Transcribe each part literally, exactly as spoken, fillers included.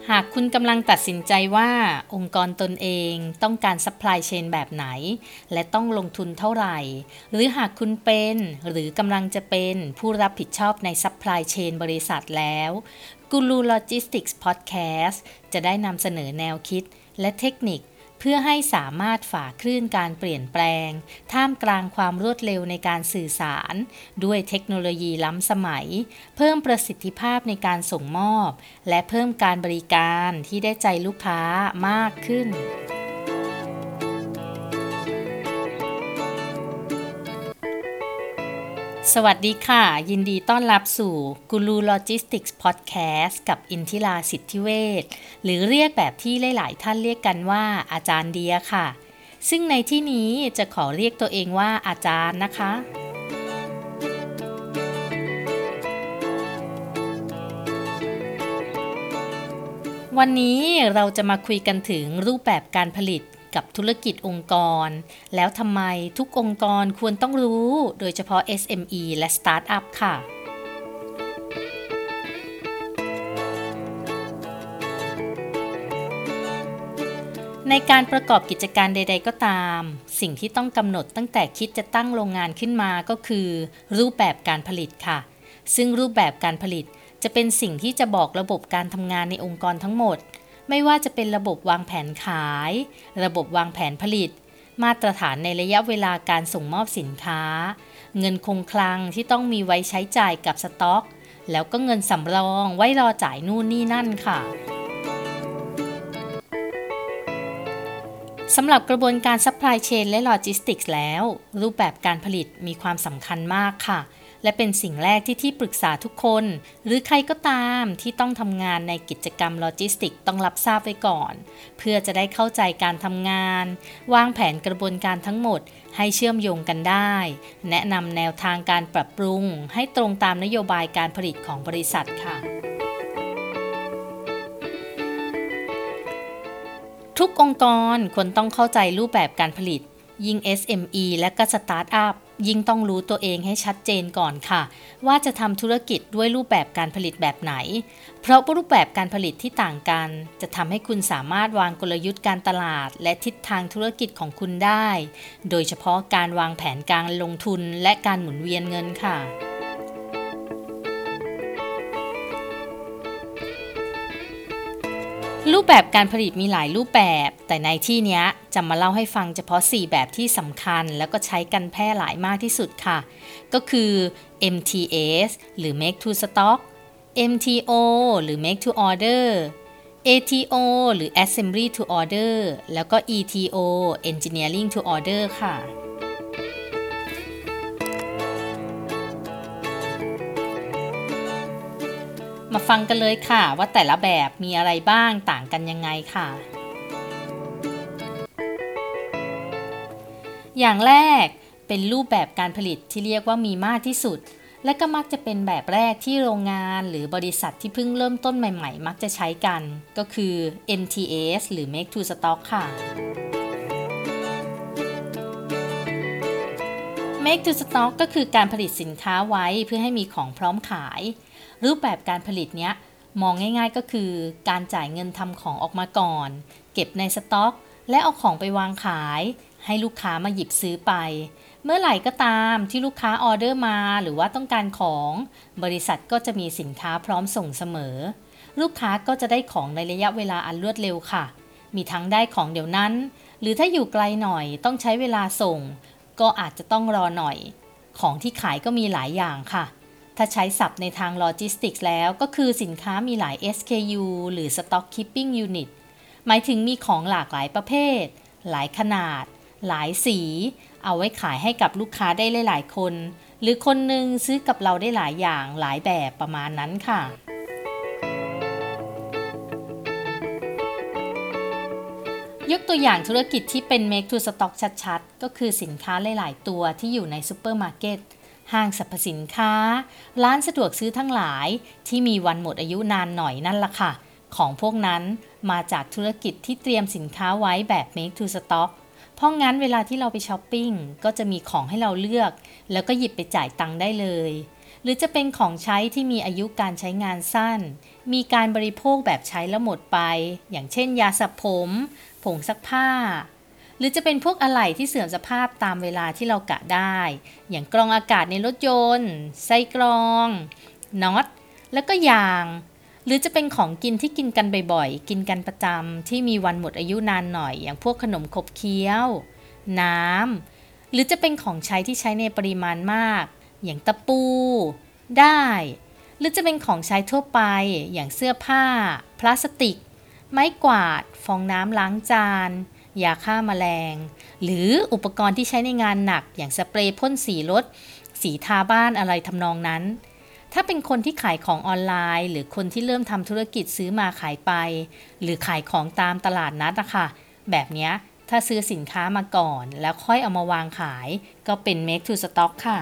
หากคุณกำลังตัดสินใจว่าองค์กรตนเองต้องการซัพพลายเชนแบบไหนและต้องลงทุนเท่าไหร่หรือหากคุณเป็นหรือกำลังจะเป็นผู้รับผิดชอบในซัพพลายเชนบริษัทแล้ว Guru Logistics Podcast จะได้นำเสนอแนวคิดและเทคนิคเพื่อให้สามารถฝ่าคลื่นการเปลี่ยนแปลงท่ามกลางความรวดเร็วในการสื่อสารด้วยเทคโนโลยีล้ำสมัยเพิ่มประสิทธิภาพในการส่งมอบและเพิ่มการบริการที่ได้ใจลูกค้ามากขึ้นสวัสดีค่ะยินดีต้อนรับสู่ Guru Logistics Podcast กับอินทิราสิทธิเวชหรือเรียกแบบที่หลายๆท่านเรียกกันว่าอาจารย์เดียค่ะซึ่งในที่นี้จะขอเรียกตัวเองว่าอาจารย์นะคะวันนี้เราจะมาคุยกันถึงรูปแบบการผลิตกับธุรกิจองค์กรแล้วทำไมทุกองค์กรควรต้องรู้โดยเฉพาะ เอส เอ็ม อี และสตาร์ทอัพค่ะในการประกอบกิจการใดๆก็ตามสิ่งที่ต้องกำหนดตั้งแต่คิดจะตั้งโรงงานขึ้นมาก็คือรูปแบบการผลิตค่ะซึ่งรูปแบบการผลิตจะเป็นสิ่งที่จะบอกระบบการทำงานในองค์กรทั้งหมดไม่ว่าจะเป็นระบบวางแผนขายระบบวางแผนผลิตมาตรฐานในระยะเวลาการส่งมอบสินค้าเงินคงคลังที่ต้องมีไว้ใช้จ่ายกับสต็อกแล้วก็เงินสำรองไว้รอจ่ายนู่นนี่นั่นค่ะสำหรับกระบวนการ Supply Chain และ Logistics แล้วรูปแบบการผลิตมีความสำคัญมากค่ะและเป็นสิ่งแรกที่ที่ปรึกษาทุกคนหรือใครก็ตามที่ต้องทำงานในกิจกรรมโลจิสติกส์ต้องรับทราบไว้ก่อนเพื่อจะได้เข้าใจการทำงานวางแผนกระบวนการทั้งหมดให้เชื่อมโยงกันได้แนะนำแนวทางการปรับปรุงให้ตรงตามนโยบายการผลิตของบริษัทค่ะทุกองค์กรควรต้องเข้าใจรูปแบบการผลิตยิ่ง เอส เอ็ม อี และก็สตาร์ทอัพยิ่งต้องรู้ตัวเองให้ชัดเจนก่อนค่ะว่าจะทำธุรกิจด้วยรูปแบบการผลิตแบบไหนเพราะรูปแบบการผลิตที่ต่างกันจะทำให้คุณสามารถวางกลยุทธ์การตลาดและทิศทางธุรกิจของคุณได้โดยเฉพาะการวางแผนการลงทุนและการหมุนเวียนเงินค่ะรูปแบบการผลิตมีหลายรูปแบบแต่ในที่นี้จะมาเล่าให้ฟังเฉพาะสี่แบบที่สำคัญแล้วก็ใช้กันแพร่หลายมากที่สุดค่ะก็คือ เอ็ม ที เอส หรือ Make to Stock เอ็ม ที โอ หรือ Make to Order เอ ที โอ หรือ Assembly to Order แล้วก็ อี ที โอ Engineering to Order ค่ะมาฟังกันเลยค่ะว่าแต่ละแบบมีอะไรบ้างต่างกันยังไงค่ะอย่างแรกเป็นรูปแบบการผลิตที่เรียกว่ามีมากที่สุดและก็มักจะเป็นแบบแรกที่โรงงานหรือบริษัทที่เพิ่งเริ่มต้นใหม่ๆมักจะใช้กันก็คือ เอ็ม ที เอส หรือ Make to Stock ค่ะ Make to Stock ก็คือการผลิตสินค้าไว้เพื่อให้มีของพร้อมขายรูปแบบการผลิตเนี้ยมองง่ายๆก็คือการจ่ายเงินทำของออกมาก่อนเก็บในสต็อกและเอาของไปวางขายให้ลูกค้ามาหยิบซื้อไปเมื่อไหร่ก็ตามที่ลูกค้าออเดอร์มาหรือว่าต้องการของบริษัทก็จะมีสินค้าพร้อมส่งเสมอลูกค้าก็จะได้ของในระยะเวลาอันรวดเร็วค่ะมีทั้งได้ของเดี๋ยวนั้นหรือถ้าอยู่ไกลหน่อยต้องใช้เวลาส่งก็อาจจะต้องรอหน่อยของที่ขายก็มีหลายอย่างค่ะถ้าใช้ศัพท์ในทางโลจิสติกส์แล้วก็คือสินค้ามีหลาย เอส เค ยู หรือ Stock Keeping Unit หมายถึงมีของหลากหลายประเภทหลายขนาดหลายสีเอาไว้ขายให้กับลูกค้าได้หลายๆคนหรือคนหนึ่งซื้อกับเราได้หลายอย่างหลายแบบประมาณนั้นค่ะยกตัวอย่างธุรกิจที่เป็น Make to Stock ชัดๆก็คือสินค้าหลายๆตัวที่อยู่ในซูเปอร์มาร์เก็ตห้างสรรพสินค้าร้านสะดวกซื้อทั้งหลายที่มีวันหมดอายุนานหน่อยนั่นล่ะค่ะของพวกนั้นมาจากธุรกิจที่เตรียมสินค้าไว้แบบ Make to Stock เพราะงั้นเวลาที่เราไปช้อปปิ้งก็จะมีของให้เราเลือกแล้วก็หยิบไปจ่ายตังค์ได้เลยหรือจะเป็นของใช้ที่มีอายุการใช้งานสั้นมีการบริโภคแบบใช้แล้วหมดไปอย่างเช่นยาสระผมผงซักผ้าหรือจะเป็นพวกอะไหล่ที่เสื่อมสภาพตามเวลาที่เรากะได้อย่างกรองอากาศในรถยนต์ไส้กรองน็อตแล้วก็ยางหรือจะเป็นของกินที่กินกันบ่อยๆกินกันประจำที่มีวันหมดอายุนานหน่อยอย่างพวกขนมขบเคี้ยวน้ำหรือจะเป็นของใช้ที่ใช้ในปริมาณมากอย่างตะปูได้หรือจะเป็นของใช้ทั่วไปอย่างเสื้อผ้าพลาสติกไม้กวาดฟองน้ำล้างจานยาฆ่าแมลงหรืออุปกรณ์ที่ใช้ในงานหนักอย่างสเปรย์พ่นสีรถสีทาบ้านอะไรทำนองนั้นถ้าเป็นคนที่ขายของออนไลน์หรือคนที่เริ่มทำธุรกิจซื้อมาขายไปหรือขายของตามตลาดนัดนะคะแบบเนี้ยถ้าซื้อสินค้ามาก่อนแล้วค่อยเอามาวางขายก็เป็น make to stock ค่ะ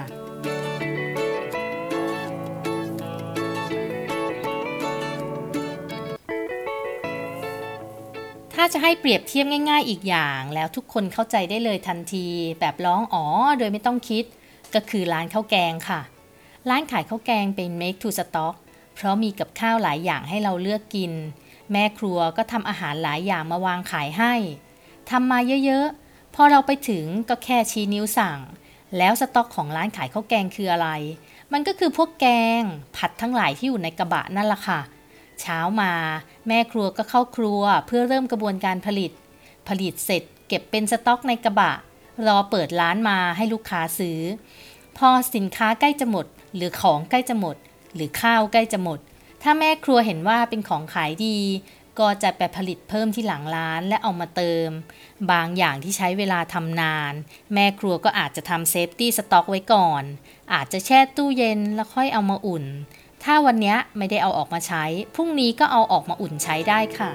ถ้าจะให้เปรียบเทียบง่ายๆอีกอย่างแล้วทุกคนเข้าใจได้เลยทันทีแบบร้องอ๋อโดยไม่ต้องคิดก็คือร้านข้าวแกงค่ะร้านขายข้าวแกงเป็น make to stock เพราะมีกับข้าวหลายอย่างให้เราเลือกกินแม่ครัวก็ทำอาหารหลายอย่างมาวางขายให้ทำมาเยอะๆพอเราไปถึงก็แค่ชี้นิ้วสั่งแล้วสต็อกของร้านขายข้าวแกงคืออะไรมันก็คือพวกแกงผัดทั้งหลายที่อยู่ในกระบะนั่นแหละค่ะเช้ามาแม่ครัวก็เข้าครัวเพื่อเริ่มกระบวนการผลิตผลิตเสร็จเก็บเป็นสต็อกในกระบะรอเปิดร้านมาให้ลูกค้าซื้อพอสินค้าใกล้จะหมดหรือของใกล้จะหมดหรือข้าวใกล้จะหมดถ้าแม่ครัวเห็นว่าเป็นของขายดีก็จะไปผลิตเพิ่มที่หลังร้านและเอามาเติมบางอย่างที่ใช้เวลาทำนานแม่ครัวก็อาจจะทำเซฟตี้สต็อกไว้ก่อนอาจจะแช่ตู้เย็นแล้วค่อยเอามาอุ่นถ้าวันนี้ไม่ได้เอาออกมาใช้พรุ่งนี้ก็เอาออกมาอุ่นใช้ได้ค่ะ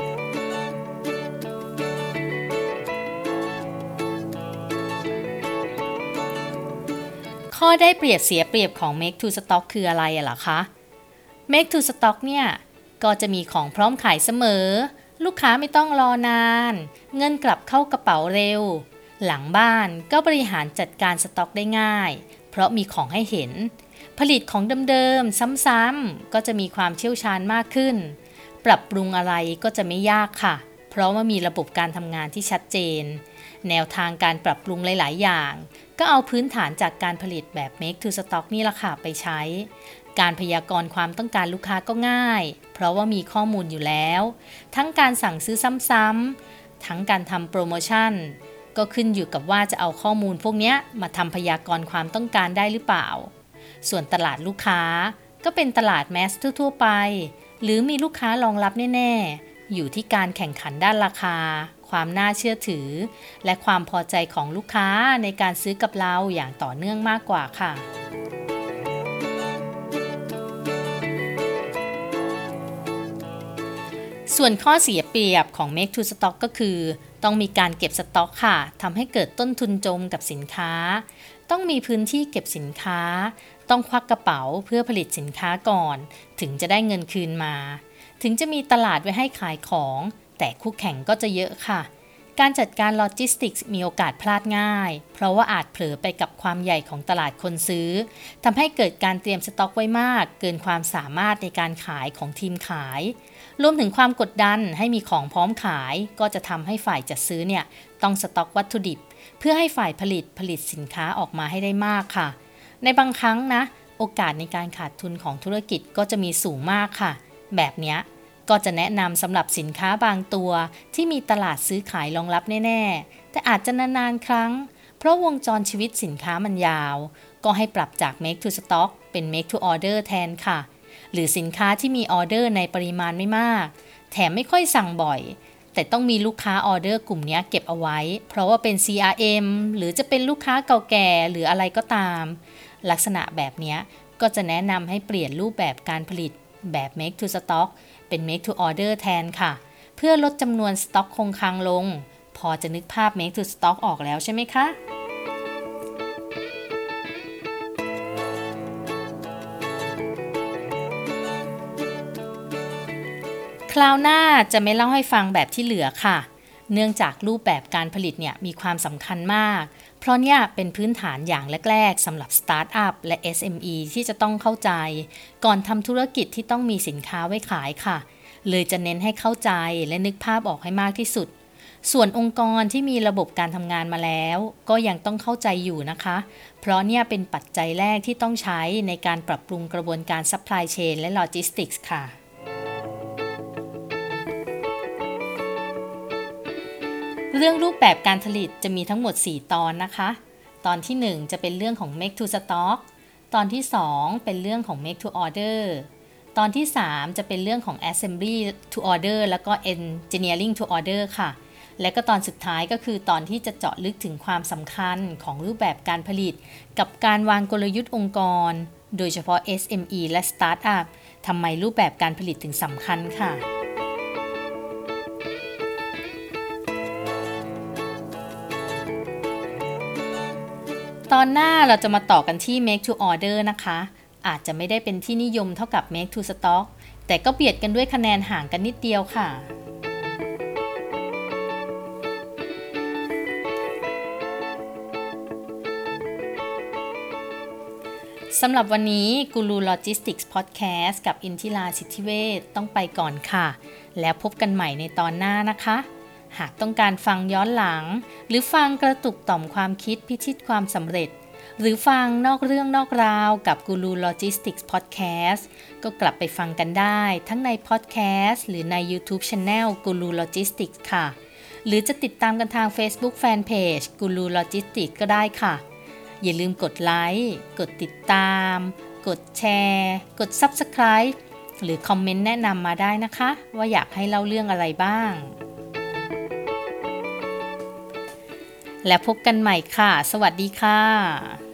ข้อได้เปรียบเสียเปรียบของ make to stock คืออะไรอะล่ะคะ make to stock เนี่ยก็จะมีของพร้อมขายเสมอลูกค้าไม่ต้องรอนานเงินกลับเข้ากระเป๋าเร็วหลังบ้านก็บริหารจัดการสต็อกได้ง่ายเพราะมีของให้เห็นผลิตของเดิมๆซ้ำๆก็จะมีความเชี่ยวชาญมากขึ้นปรับปรุงอะไรก็จะไม่ยากค่ะเพราะว่ามีระบบการทำงานที่ชัดเจนแนวทางการปรับปรุงหลายๆอย่างก็เอาพื้นฐานจากการผลิตแบบ make to stock นี่ละค่ะไปใช้การพยากรณ์ความต้องการลูกค้าก็ง่ายเพราะว่ามีข้อมูลอยู่แล้วทั้งการสั่งซื้อซ้ำๆทั้งการทำโปรโมชั่นก็ขึ้นอยู่กับว่าจะเอาข้อมูลพวกนี้มาทำพยากรณ์ความต้องการได้หรือเปล่าส่วนตลาดลูกค้าก็เป็นตลาดแมสทั่วๆไปหรือมีลูกค้ารองรับแน่ๆอยู่ที่การแข่งขันด้านราคาความน่าเชื่อถือและความพอใจของลูกค้าในการซื้อกับเราอย่างต่อเนื่องมากกว่าค่ะส่วนข้อเสียเปรียบของ make to stock ก็คือต้องมีการเก็บสต็อกค่ะทำให้เกิดต้นทุนจมกับสินค้าต้องมีพื้นที่เก็บสินค้าต้องควักกระเป๋าเพื่อผลิตสินค้าก่อนถึงจะได้เงินคืนมาถึงจะมีตลาดไว้ให้ขายของแต่คู่แข่งก็จะเยอะค่ะการจัดการโลจิสติกส์มีโอกาสพลาดง่ายเพราะว่าอาจเผลอไปกับความใหญ่ของตลาดคนซื้อทำให้เกิดการเตรียมสต็อกไว้มากเกินความสามารถในการขายของทีมขายรวมถึงความกดดันให้มีของพร้อมขายก็จะทำให้ฝ่ายจัดซื้อเนี่ยต้องสต็อกวัตถุดิบเพื่อให้ฝ่ายผลิตผลิตสินค้าออกมาให้ได้มากค่ะในบางครั้งนะโอกาสในการขาดทุนของธุรกิจก็จะมีสูงมากค่ะแบบเนี้ยก็จะแนะนำสำหรับสินค้าบางตัวที่มีตลาดซื้อขายรองรับแน่ๆแต่อาจจะนานๆครั้งเพราะวงจรชีวิตสินค้ามันยาวก็ให้ปรับจาก make to stock เป็น make to order แทนค่ะหรือสินค้าที่มีออเดอร์ในปริมาณไม่มากแถมไม่ค่อยสั่งบ่อยแต่ต้องมีลูกค้าออเดอร์กลุ่มนี้เก็บเอาไว้เพราะว่าเป็น ซี อาร์ เอ็ม หรือจะเป็นลูกค้าเก่าแก่หรืออะไรก็ตามลักษณะแบบนี้ก็จะแนะนำให้เปลี่ยนรูปแบบการผลิตแบบ make to stock เป็น make to order แทนค่ะเพื่อลดจำนวนสต็อกคงค้างลงพอจะนึกภาพ make to stock ออกแล้วใช่ไหมคะคราวหน้าจะไม่เล่าให้ฟังแบบที่เหลือค่ะเนื่องจากรูปแบบการผลิตเนี่ยมีความสำคัญมากเพราะเนี่ยเป็นพื้นฐานอย่างแรกๆสำหรับสตาร์ทอัพและ เอส เอ็ม อี ที่จะต้องเข้าใจก่อนทำธุรกิจที่ต้องมีสินค้าไว้ขายค่ะเลยจะเน้นให้เข้าใจและนึกภาพออกให้มากที่สุดส่วนองค์กรที่มีระบบการทำงานมาแล้วก็ยังต้องเข้าใจอยู่นะคะเพราะเนี่ยเป็นปัจจัยแรกที่ต้องใช้ในการปรับปรุงกระบวนการ supply chain และ logistics ค่ะเรื่องรูปแบบการผลิตจะมีทั้งหมดสี่ตอนนะคะตอนที่หนึ่งจะเป็นเรื่องของ make to stock ตอนที่สองเป็นเรื่องของ make to order ตอนที่สามจะเป็นเรื่องของ assembly to order แล้วก็ engineering to order ค่ะและก็ตอนสุดท้ายก็คือตอนที่จะเจาะลึกถึงความสำคัญของรูปแบบการผลิตกับการวางกลยุทธ์องค์กรโดยเฉพาะ เอส เอ็ม อี และ Startup ทำไมรูปแบบการผลิตถึงสำคัญค่ะตอนหน้าเราจะมาต่อกันที่ make to order นะคะอาจจะไม่ได้เป็นที่นิยมเท่ากับ make to stock แต่ก็เบียดกันด้วยคะแนนห่างกันนิดเดียวค่ะสำหรับวันนี้กูรูโลจิสติกส์พอดแคสต์กับอินทิราสิทธิเวชต้องไปก่อนค่ะแล้วพบกันใหม่ในตอนหน้านะคะหากต้องการฟังย้อนหลังหรือฟังกระตุกต่อมความคิดพิชิตความสำเร็จหรือฟังนอกเรื่องนอกราวกับกูรูโลจิสติกส์พอดแคสต์ก็กลับไปฟังกันได้ทั้งในพอดแคสต์หรือใน YouTube Channel กูรูโลจิสติกส์ค่ะหรือจะติดตามกันทาง Facebook Fanpage กูรูโลจิสติกส์ก็ได้ค่ะอย่าลืมกดไลค์กดติดตามกดแชร์กด Subscribe หรือคอมเมนต์แนะนำมาได้นะคะว่าอยากให้เล่าเรื่องอะไรบ้างและพบกันใหม่ค่ะสวัสดีค่ะ